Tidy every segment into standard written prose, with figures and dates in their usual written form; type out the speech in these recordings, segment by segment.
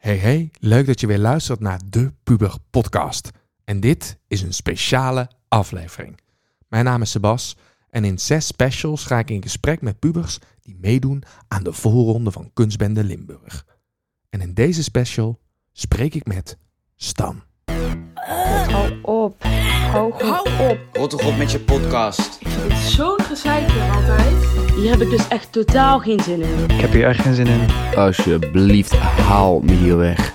Hey, leuk dat je weer luistert naar de Puber Podcast. En dit is een speciale aflevering. Mijn naam is Sebas en in 6 specials ga ik in gesprek met pubers die meedoen aan de voorronde van Kunstbende Limburg. En in deze special spreek ik met Stan. Hou op. Hou op. Rot toch op met je podcast. Ik vind het zo'n gezeik hier altijd. Hier heb ik dus echt totaal geen zin in. Ik heb hier echt geen zin in. Alsjeblieft, haal me hier weg.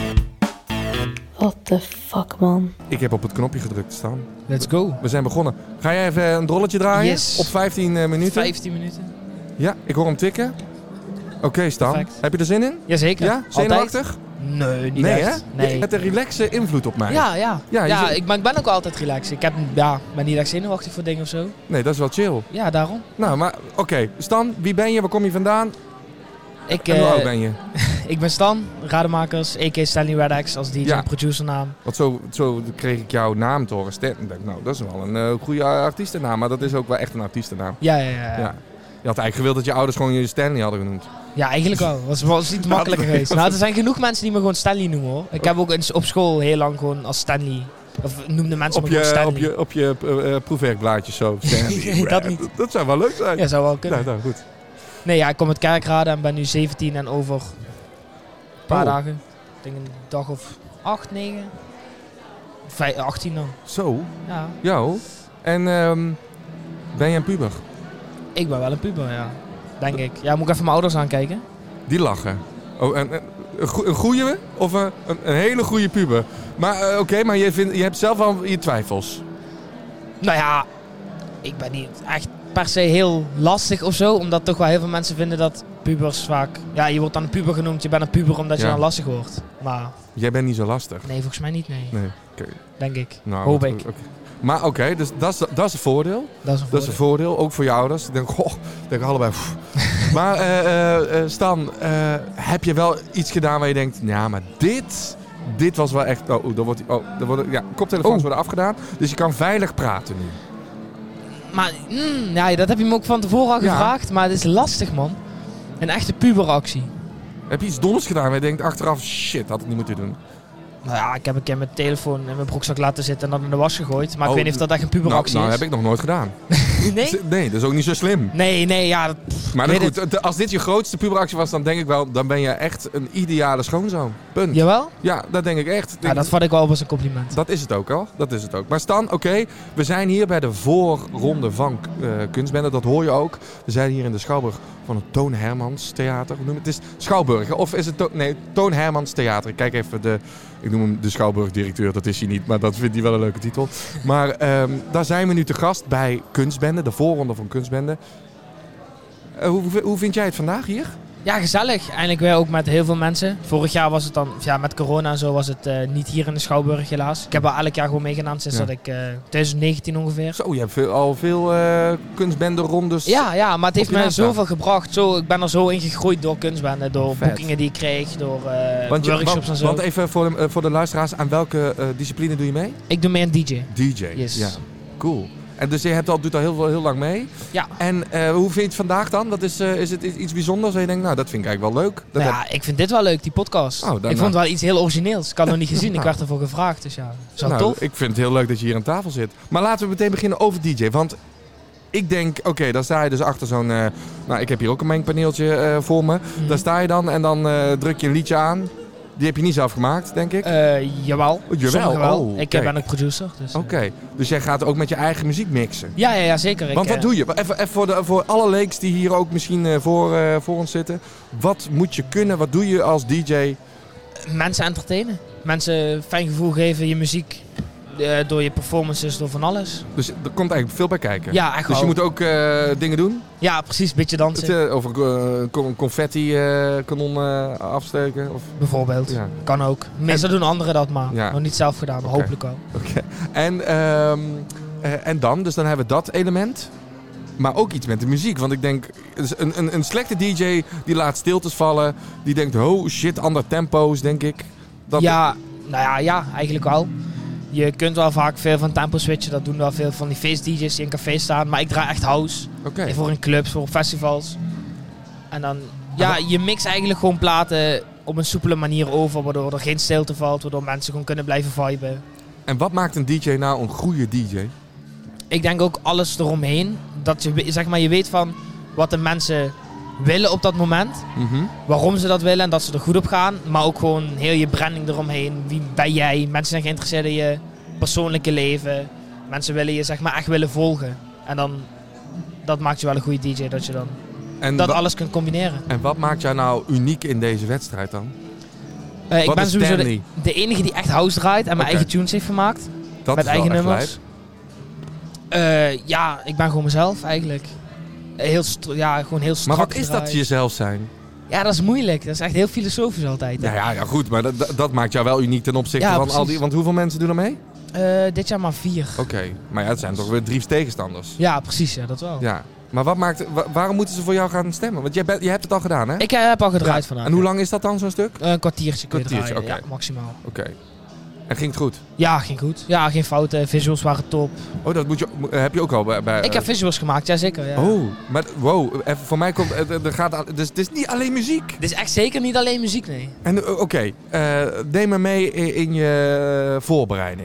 What the fuck, man. Ik heb op het knopje gedrukt, Stan. Let's go. We zijn begonnen. Ga jij even een drolletje draaien? Yes. Op 15 minuten? 15 minuten. Ja, ik hoor hem tikken. Oké, Stan. Perfect. Heb je er zin in? Jazeker. Ja? Zenuwachtig? Nee, niet Nee, echt. hè? Nee. Met een relaxe invloed op mij. Ja. Ja, Ja, je zit- ik ben ook altijd relaxed. Ik ben niet echt zenuwachtig voor dingen of zo. Nee, dat is wel chill. Ja, daarom. Nou, maar oké. Stan, wie ben je? Waar kom je vandaan? Ik, En hoe oud ben je? ik ben Stan, Rademakers, a.k.a. Stanley Redx als DJ Ja. en producernaam. Want zo kreeg ik jouw naam te horen. Stan. Ik dacht, nou, dat is wel een goede artiestennaam. Maar dat is ook wel echt een artiestennaam. Ja. Ja. Je had eigenlijk gewild dat je ouders gewoon je Stanley hadden genoemd. Ja, eigenlijk wel. Was niet makkelijker geweest. Nou, er zijn genoeg mensen die me gewoon Stanley noemen, hoor. Ik heb ook op school heel lang gewoon als Stanley. Of noemden mensen me gewoon Stanley. Op je proefwerkblaadjes zo. Stanley. Nee, dat niet. Dat zou wel leuk zijn. Ja, zou wel kunnen. Nou, goed. Nee, ja, ik kom uit Kerkrade en ben nu 17 en over een paar Oh. dagen. Ik denk een dag of 8, 9. 18 dan. Zo, Ja, jou. En ben je een puber? ik ben wel een puber, ja. Denk ik. Ja, moet ik even mijn ouders aankijken? Die lachen. Oh, een goeie of een hele goede puber? Maar oké, maar je hebt zelf wel je twijfels. Nou ja, ik ben niet echt per se heel lastig of zo. Omdat toch wel heel veel mensen vinden dat pubers vaak... Ja, je wordt dan een puber genoemd. Je bent een puber omdat je Ja. dan lastig wordt. Maar Jij bent niet zo lastig. nee, volgens mij niet, nee. Nee. Oké. Denk ik. Nou, Hoop wat- ik. oké. Maar oké, dus dat is een voordeel. Dat is een Dat is een voordeel, ook voor je ouders. Ik denk, denk allebei. Pff. Maar Stan, heb je wel iets gedaan waar je denkt, ja, maar dit was wel echt... koptelefoons worden afgedaan. Dus je kan veilig praten nu. Maar ja, dat heb je me ook van tevoren al Ja. gevraagd. Maar het is lastig, man. Een echte puberactie. Heb je iets doms gedaan waar je denkt achteraf, shit, had ik niet moeten doen? Nou ja, ik heb een keer mijn telefoon in mijn broekzak laten zitten en dan in de was gegooid. Maar Oh, ik weet niet of dat echt een puberactie Nou, is. heb ik nog nooit gedaan. Nee? Nee, dat is ook niet zo slim. Nee, ja. Maar Ik dan weet goed, als dit je grootste puberactie was, dan denk ik wel, dan ben je echt een ideale schoonzoon. Punt. Jawel? Ja, dat denk ik echt. Ja, dat vat ik wel op als een compliment. Dat is het ook al. Dat is het ook. Maar Stan, oké, we zijn hier bij de voorronde van Kunstbende. Dat hoor je ook. We zijn hier in de Schouwburg van het Toon Hermans Theater. Hoe noem je het? Het is Schouwburg, hè? Of is het Toon Hermans Theater. Ik kijk even ik noem hem de Schouwburg-directeur. Dat is hij niet, maar dat vindt hij wel een leuke titel. Maar daar zijn we nu te gast bij Kunstbende. De voorronde van Kunstbende. Hoe vind jij het vandaag hier? Ja, gezellig. Eindelijk weer ook met heel veel mensen. Vorig jaar was het dan, ja, met corona en zo was het niet hier in de Schouwburg helaas. Ik heb wel elk jaar gewoon meegedaan sinds Ja. dat ik 2019 ongeveer. Zo, je hebt al veel Kunstbende-rondes. Ja, maar het heeft Op je mij naam staan. zoveel gebracht. Ik ben er zo in gegroeid door Kunstbende, door Vet. boekingen die ik kreeg, door Want workshops en zo. Want even voor de luisteraars, aan welke discipline doe je mee? Ik doe mee een DJ. DJ. Yes. Ja, cool. En dus je doet al heel lang mee. Ja. En hoe vind je het vandaag dan? Is het iets bijzonders? En je denkt, nou, dat vind ik eigenlijk wel leuk. Dat Nou ja, ik vind dit wel leuk, die podcast. Oh, daarna. Ik vond het wel iets heel origineels. Ik had het nog niet gezien, ik Nou. werd ervoor gevraagd. Dus ja, dat is wel nou, tof. ik vind het heel leuk dat je hier aan tafel zit. Maar laten we meteen beginnen over DJ. Want ik denk, oké, dan sta je dus achter zo'n... nou, ik heb hier ook een mengpaneeltje voor me. Mhm. Daar sta je dan en dan druk je een liedje aan. Die heb je niet zelf gemaakt, denk ik. Jawel. Jawel? Sommige wel. Oh, Ik kijk. ben ook producer. Dus, Oké, dus jij gaat ook met je eigen muziek mixen. Ja, zeker. Want wat doe je? Even voor alle leeks die hier ook misschien voor ons zitten. Wat moet je kunnen? Wat doe je als DJ? Mensen entertainen. Mensen een fijn gevoel geven, je muziek. Door je performances, door van alles. Dus er komt eigenlijk veel bij kijken. Ja, echt Dus je wel. moet ook dingen doen? Ja, precies. Een beetje dansen. Of een confetti kanon afsteken? Of... Bijvoorbeeld. Ja. Kan ook. Meestal doen anderen dat maar. Ja. Nog niet zelf gedaan, maar Oké. hopelijk wel. Oké. En dan? Dus dan hebben we dat element. Maar ook iets met de muziek. Want ik denk, dus een slechte DJ die laat stiltes vallen. Die denkt, oh shit, andere tempo's, denk ik. Ja, nou ja, eigenlijk wel. Je kunt wel vaak veel van tempo switchen. Dat doen wel veel van die face DJ's die in cafés staan. Maar ik draai echt house. Oké. Voor in clubs, voor festivals. En dan, ja, je mixt eigenlijk gewoon platen op een soepele manier over, waardoor er geen stilte valt, waardoor mensen gewoon kunnen blijven viben. En wat maakt een DJ nou een goede DJ? Ik denk ook alles eromheen. Dat je, zeg maar, je weet van wat de mensen willen op dat moment. Waarom ze dat willen en dat ze er goed op gaan. Maar ook gewoon heel je branding eromheen. Wie ben jij? Mensen zijn geïnteresseerd in je persoonlijke leven. Mensen willen je, zeg maar, echt willen volgen. En dan, dat maakt je wel een goede DJ. Dat je dan alles kunt combineren. En wat maakt jou nou uniek in deze wedstrijd dan? Ik ben sowieso de enige die echt house draait en mijn eigen tunes heeft gemaakt. Dat met is eigen wel nummers. Ja, ik ben gewoon mezelf eigenlijk. Gewoon heel strak. Maar wat is dat jezelf zijn? Ja, dat is moeilijk. Dat is echt heel filosofisch altijd. Ja, goed, maar dat maakt jou wel uniek ten opzichte van precies. al die... Want hoeveel mensen doen er mee? Dit jaar maar 4. Oké, maar ja, het zijn toch weer 3 tegenstanders. Ja, precies. Ja, dat wel. Ja. Maar waarom moeten ze voor jou gaan stemmen? Want je hebt het al gedaan, hè? Ik heb al gedraaid vandaag. En hoe lang is dat dan, zo'n stuk? Een kwartiertje kun je draaien, oké. ja, maximaal. Oké. En ging het goed? Ja, ging goed. Ja, geen fouten. Visuals waren top. Oh, dat heb je ook al bij... Ik heb visuals gemaakt, jazeker. Ja. Oh, maar wow. Even, voor mij komt... Dus het is niet alleen muziek. Dit is echt zeker niet alleen muziek, nee. En oké, neem me mee in je voorbereiding.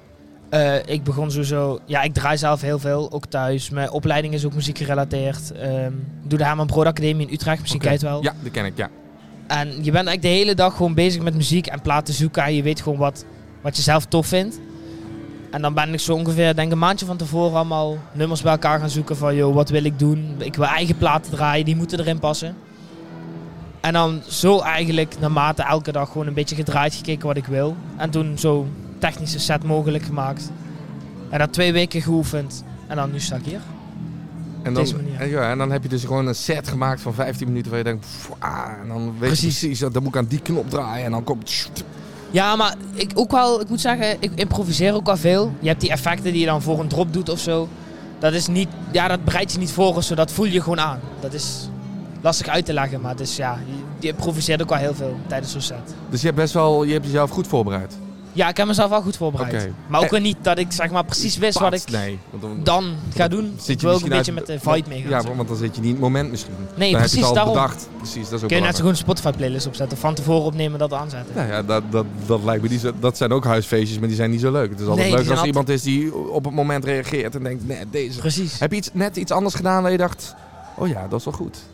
Ik begon sowieso... Ja, ik draai zelf heel veel, ook thuis. Mijn opleiding is ook muziek gerelateerd. Ik doe de Herman Brood Academie in Utrecht, misschien ken je het wel. Ja, dat ken ik, ja. En je bent eigenlijk de hele dag gewoon bezig met muziek en platen zoeken. En je weet gewoon wat je zelf tof vindt. En dan ben ik zo ongeveer, denk een maandje van tevoren allemaal nummers bij elkaar gaan zoeken van... Joh, wat wil ik doen? Ik wil eigen platen draaien, die moeten erin passen. En dan zo eigenlijk naarmate elke dag gewoon een beetje gedraaid, gekeken wat ik wil. En toen zo technische set mogelijk gemaakt. En dat 2 weken geoefend. En dan nu sta ik hier. En deze manier. En dan heb je dus gewoon een set gemaakt van 15 minuten waar je denkt... en dan weet je precies, dan moet ik aan die knop draaien en dan komt... Ja, maar ik moet zeggen, ik improviseer ook wel veel. Je hebt die effecten die je dan voor een drop doet of zo. Dat is niet, dat bereid je niet voor of zo, dat voel je gewoon aan. Dat is lastig uit te leggen, maar dus ja, je improviseert ook wel heel veel tijdens zo'n set. Dus je hebt jezelf goed voorbereid? Ja, ik heb mezelf wel goed voorbereid. Okay. Maar ook weer niet dat ik, zeg maar, precies wist wat ik dan ga doen. Ik wil ook een beetje met de vibe meegaan. Ja, want dan zit je niet in het moment misschien. Nee, dan precies, heb je het al daarom. bedacht. Precies, dat is ook kun je net zo goed een Spotify-playlist opzetten. Van tevoren opnemen, dat aanzetten. Ja, dat lijkt me niet zo... Dat zijn ook huisfeestjes, maar die zijn niet zo leuk. Het is altijd leuk als er iemand is die op het moment reageert en denkt... Nee, deze... Precies. Heb je net iets anders gedaan waar je dacht... Oh ja, dat is wel goed.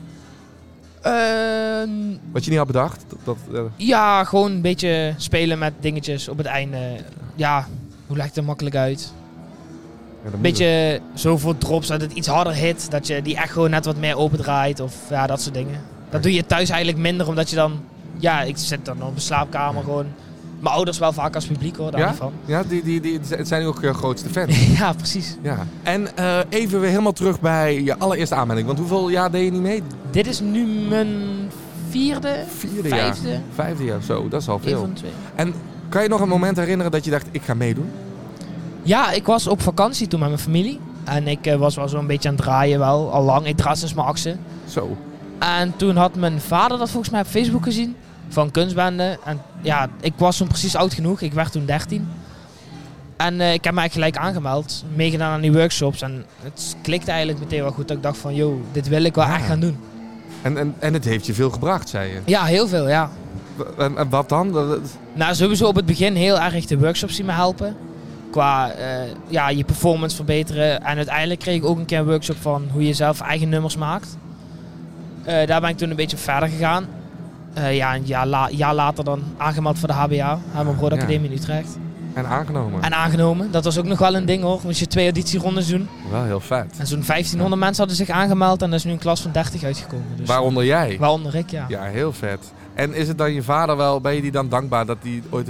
Wat je niet had bedacht? Ja, gewoon een beetje spelen met dingetjes op het einde. Ja, hoe leg ik het er makkelijk uit? Een beetje zo voor drops dat het iets harder hit. Dat je die echt gewoon net wat meer opendraait. Of ja, dat soort dingen. Dat doe je thuis eigenlijk minder, omdat je dan... Ja, ik zit dan op de slaapkamer gewoon... Mijn ouders wel vaak als publiek hoor, daar niet van. Ja, het zijn ook grootste fans. Ja, precies. Ja. En even weer helemaal terug bij je allereerste aanmelding. Want hoeveel jaar deed je niet mee? Dit is nu mijn vierde jaar. Vijfde jaar, zo. Dat is al veel. 1 van 2. En kan je nog een moment herinneren dat je dacht, ik ga meedoen? Ja, ik was op vakantie toen met mijn familie. En ik was wel zo'n beetje aan het draaien wel, al lang. Ik draai sinds mijn 8e. Zo. En toen had mijn vader dat volgens mij op Facebook gezien. Van kunstbende. En ja, ik was toen precies oud genoeg. Ik werd toen 13. En ik heb mij gelijk aangemeld. Meegedaan aan die workshops. En het klikte eigenlijk meteen wel goed. Dat ik dacht van, joh, dit wil ik wel echt gaan doen. En het heeft je veel gebracht, zei je? Ja, heel veel, ja. En wat dan? Nou, sowieso op het begin heel erg de workshops die me helpen. Qua je performance verbeteren. En uiteindelijk kreeg ik ook een keer een workshop van hoe je zelf eigen nummers maakt. Daar ben ik toen een beetje verder gegaan. Een jaar later dan aangemeld voor de HBA, Herman Brood Academie in Utrecht. En aangenomen. Dat was ook nog wel een ding hoor, moest je 2 auditierondes doen. Wel heel vet. En zo'n 1500 mensen hadden zich aangemeld en er is nu een klas van 30 uitgekomen. Dus waaronder jij? Waaronder ik, ja. Ja, heel vet. En is het dan je vader wel, ben je die dan dankbaar dat hij ooit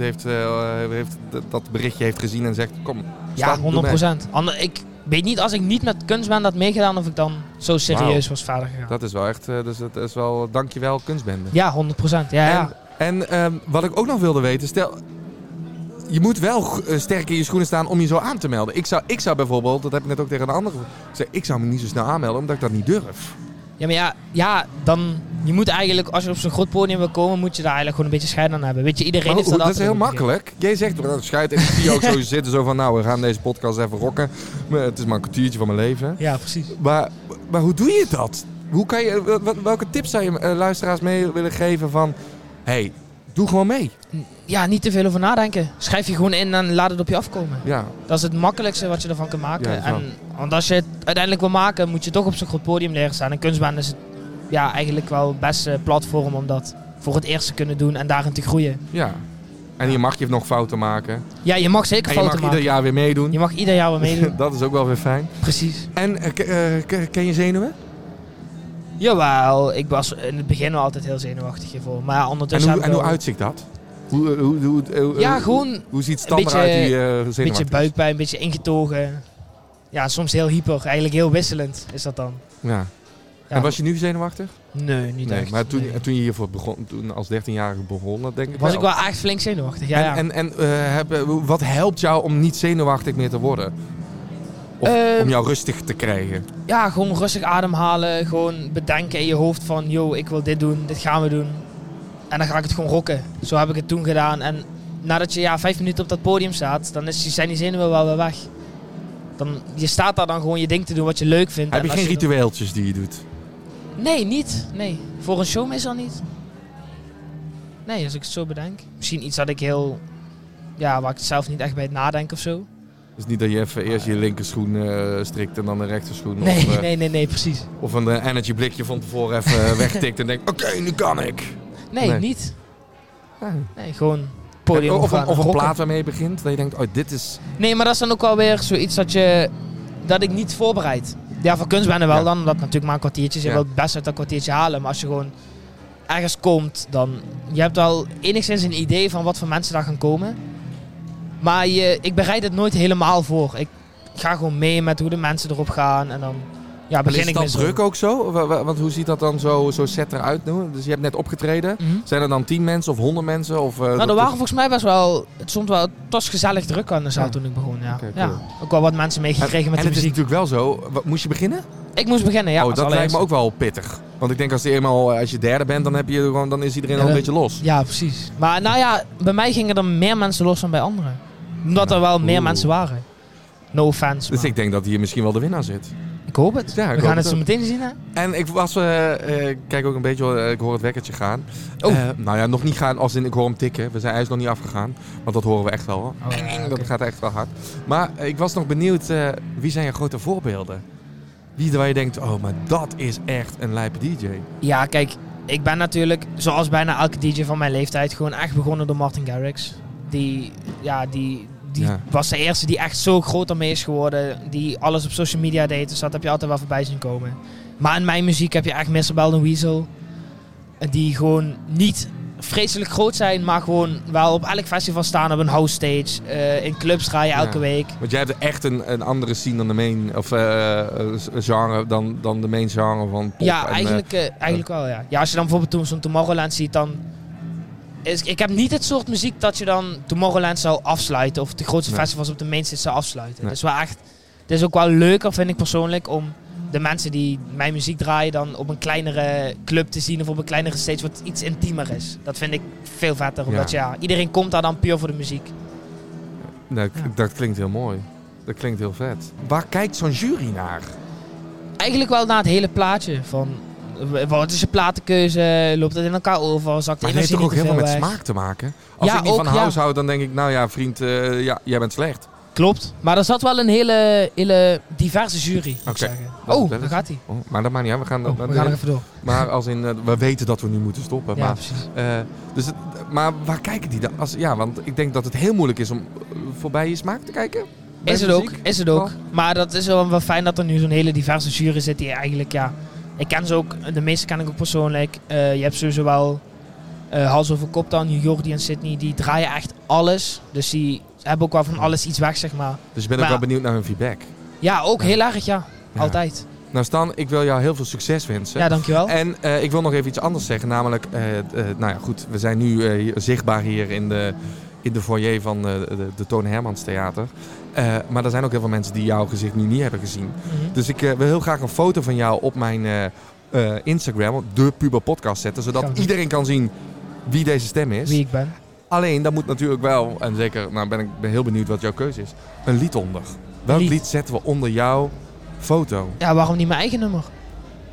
dat berichtje heeft gezien en zegt, kom, ja, 100%. Ik weet niet, als ik niet met kunstbende had meegedaan, of ik dan zo serieus was verder gegaan. Dat is wel echt, dus dat is wel, dankjewel kunstbende. Ja, 100%. Ja. En wat ik ook nog wilde weten, stel, je moet wel sterk in je schoenen staan om je zo aan te melden. Ik zou bijvoorbeeld, dat heb ik net ook tegen een ander gezegd, ik zou me niet zo snel aanmelden, omdat ik dat niet durf. Ja, maar dan... Je moet eigenlijk, als je op zo'n groot podium wil komen, moet je daar eigenlijk gewoon een beetje scheid aan hebben. Weet je, iedereen heeft dat is heel makkelijk. Jij zegt, scheid en ik zie je ook zo zitten, zo van, nou, we gaan deze podcast even rocken. Het is maar een kwartiertje van mijn leven. Ja, precies. Maar hoe doe je dat? Welke tips zou je luisteraars mee willen geven van... hey, doe gewoon mee. Ja, niet te veel over nadenken. Schrijf je gewoon in en laat het op je afkomen. Ja, Dat is het makkelijkste wat je ervan kunt maken. Ja, Want als je het uiteindelijk wil maken, moet je toch op zo'n groot podium leren staan. En kunstbaan is het eigenlijk wel het beste platform om dat voor het eerst te kunnen doen en daarin te groeien. ja. En hier mag je nog fouten maken. Ja, je mag zeker En je fouten mag maken. ieder jaar weer meedoen. Je mag ieder jaar weer meedoen. Dat is ook wel weer fijn. Precies. En ken je zenuwen? Jawel, ik was in het begin wel altijd heel zenuwachtig hiervoor. Maar ja, ondertussen En hoe uitziet dat? gewoon hoe ziet het stand eruit die een beetje zenuwachtig is? buikpijn, een beetje ingetogen. Ja, soms heel hyper. Eigenlijk heel wisselend is dat dan. Ja. Ja. En was je nu zenuwachtig? Nee, niet echt. Maar toen, Nee. toen je hiervoor begon, toen als 13-jarige begon, denk ik Was ik wel echt flink zenuwachtig. Ja, ja. En wat helpt jou om niet zenuwachtig meer te worden? Of om jou rustig te krijgen? Ja, gewoon rustig ademhalen. Gewoon bedenken in je hoofd van, yo, ik wil dit doen, dit gaan we doen. En dan ga ik het gewoon rocken. Zo heb ik het toen gedaan. En nadat je 5 minuten op dat podium staat, dan zijn die zenuwen wel weer weg. Je staat daar dan gewoon je ding te doen wat je leuk vindt. Heb En je als geen ritueeltjes die je doet? Nee, niet. Nee. Voor een show meestal niet. Nee, als ik het zo bedenk. Misschien iets dat ik heel... Ja, waar ik zelf niet echt bij het nadenken of zo. Dus niet dat je even eerst je linkerschoen strikt en dan de rechterschoen. Nee, precies. Of een energy blikje van tevoren even wegtikt en denkt, oké, nu kan ik. Nee, Nee. niet. Ja. Nee, gewoon podium Of gaan en een rocken. plaat waarmee je begint, dat je denkt, oh, dit is... Nee, maar dat is dan ook wel weer zoiets dat ik niet voorbereid. Ja, voor kunstbende wel Ja. dan, omdat het natuurlijk maar een kwartiertje is. Je Ja. wilt het best uit dat kwartiertje halen. Maar als je gewoon ergens komt, dan... Je hebt wel enigszins een idee van wat voor mensen daar gaan komen. Maar ik bereid het nooit helemaal voor. Ik ga gewoon mee met hoe de mensen erop gaan. En dan begin Is ik dat met zo. druk ook zo? Want hoe ziet dat dan zo set eruit nu? Dus je hebt net opgetreden. Mhm. Zijn er dan 10 mensen of 100 mensen? Of, Nou, er waren volgens mij best wel... Het was gezellig druk aan de zaal Ja. toen ik begon, ja. Oké, Ja. cool. Ook wel wat mensen meegekregen met en de het is muziek. natuurlijk wel zo. Moest je beginnen? Ik moest beginnen, ja. oh, als dat lijkt allereerste. me ook wel pittig. Want ik denk als je derde bent, dan is iedereen al een beetje los. Ja, precies. Maar nou ja, bij mij gingen er meer mensen los dan bij anderen. Omdat er wel meer Oeh. mensen waren. No offense. Dus maar ik denk dat hier misschien wel de winnaar zit. ik hoop het. Ja, ik We hoop gaan het het zo ook. meteen zien, hè? En ik was, kijk ook een beetje, ik hoor het wekkertje gaan. Oh. Nou ja, nog niet gaan als in ik hoor hem tikken. Hij is nog niet afgegaan, want dat horen we echt wel. Hoor. Oh, Dat oké. gaat echt wel hard. Maar ik was nog benieuwd, wie zijn je grote voorbeelden? Wie waar je denkt, oh, maar dat is echt een lijpe DJ. Ja, kijk. Ik ben natuurlijk, zoals bijna elke DJ van mijn leeftijd, gewoon echt begonnen door Martin Garrix. Die Ja. was de eerste die echt zo groot ermee is geworden. Die alles op social media deed. Dus dat heb je altijd wel voorbij zien komen. Maar in mijn muziek heb je echt Mr. Bell & Weasel. Die gewoon niet vreselijk groot zijn, maar gewoon wel op elk festival staan op een house stage. In clubs draaien elke Ja. week. Want jij hebt echt een andere scene dan de main, of genre, dan de main genre van pop. Ja, en, eigenlijk wel, ja. Ja, als je dan bijvoorbeeld zo'n Tomorrowland ziet, dan... Ik heb niet het soort muziek dat je dan Tomorrowland zou afsluiten. Of de grootste Nee. festivals op de mainstage zou afsluiten. Nee. Het is wel echt... Het is ook wel leuker, vind ik persoonlijk, om de mensen die mijn muziek draaien dan op een kleinere club te zien. Of op een kleinere stage wat iets intiemer is. Dat vind ik veel vetter. Omdat iedereen komt daar dan puur voor de muziek. Nee, dat klinkt heel mooi. Dat klinkt heel vet. Waar kijkt zo'n jury naar? Eigenlijk wel naar het hele plaatje. Van, wat is je platenkeuze? Loopt het in elkaar over? Zakt de Maar het heeft energie toch ook niet te heel veel met veel weg? smaak te maken? Als Ja, ik niet van ook, ja. house hou, dan denk ik, nou ja, vriend, jij bent slecht. Klopt. Maar er zat wel een hele diverse jury, moet ik Oké. zeggen. Dat Oh, is daar wel gaat hij. Oh, maar dat maakt niet uit. We gaan, We gaan er even door. Maar als in, we weten dat we nu moeten stoppen. Ja, Maar, precies. maar waar kijken die dan? Want ik denk dat het heel moeilijk is om voorbij je smaak te kijken. Bij Is het muziek. ook, is het ook. Toch? Maar dat is wel fijn dat er nu zo'n hele diverse jury zit die eigenlijk, ja... Ik ken ze ook, de meeste ken ik ook persoonlijk. Je hebt sowieso wel Hals over Kop dan, Jordi en Sydney, die draaien echt alles. Dus die hebben ook wel van alles iets weg, zeg maar. Dus je bent ook Maar- wel benieuwd naar hun feedback. Ja, ook heel erg, ja. Ja. Altijd. Nou Stan, ik wil jou heel veel succes wensen. Ja, dankjewel. En ik wil nog even iets anders zeggen. Namelijk, nou ja goed, we zijn nu zichtbaar hier in de foyer van de Toon Hermans Theater. Maar er zijn ook heel veel mensen die jouw gezicht nu niet hebben gezien. Mhm. Dus ik wil heel graag een foto van jou op mijn Instagram, de Puber Podcast, zetten. Zodat Gaan we doen. iedereen kan zien wie deze stem is. Wie ik ben. Alleen, daar moet natuurlijk wel, en zeker, nou ben heel benieuwd wat jouw keuze is, een lied onder. Welk Lied. lied zetten we onder jouw foto? Ja, waarom niet mijn eigen nummer?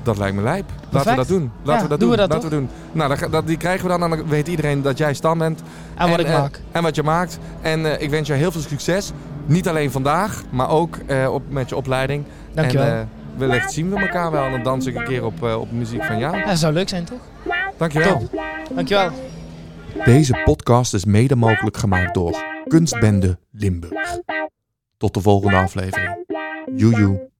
Dat lijkt me lijp. Laten Perfect. we dat doen. Laten we dat toch? doen. Nou, die krijgen we dan. En dan weet iedereen dat jij Stan bent. En wat ik maak. En wat je maakt. En ik wens je heel veel succes. Niet alleen vandaag, maar ook met je opleiding. Dankjewel. En wellicht zien we elkaar wel. En dan dans ik een keer op muziek van jou. Ja, dat zou leuk zijn, toch? Dankjewel. Top. Dankjewel. Deze podcast is mede mogelijk gemaakt door Kunstbende Limburg. Tot de volgende aflevering. Joejoe.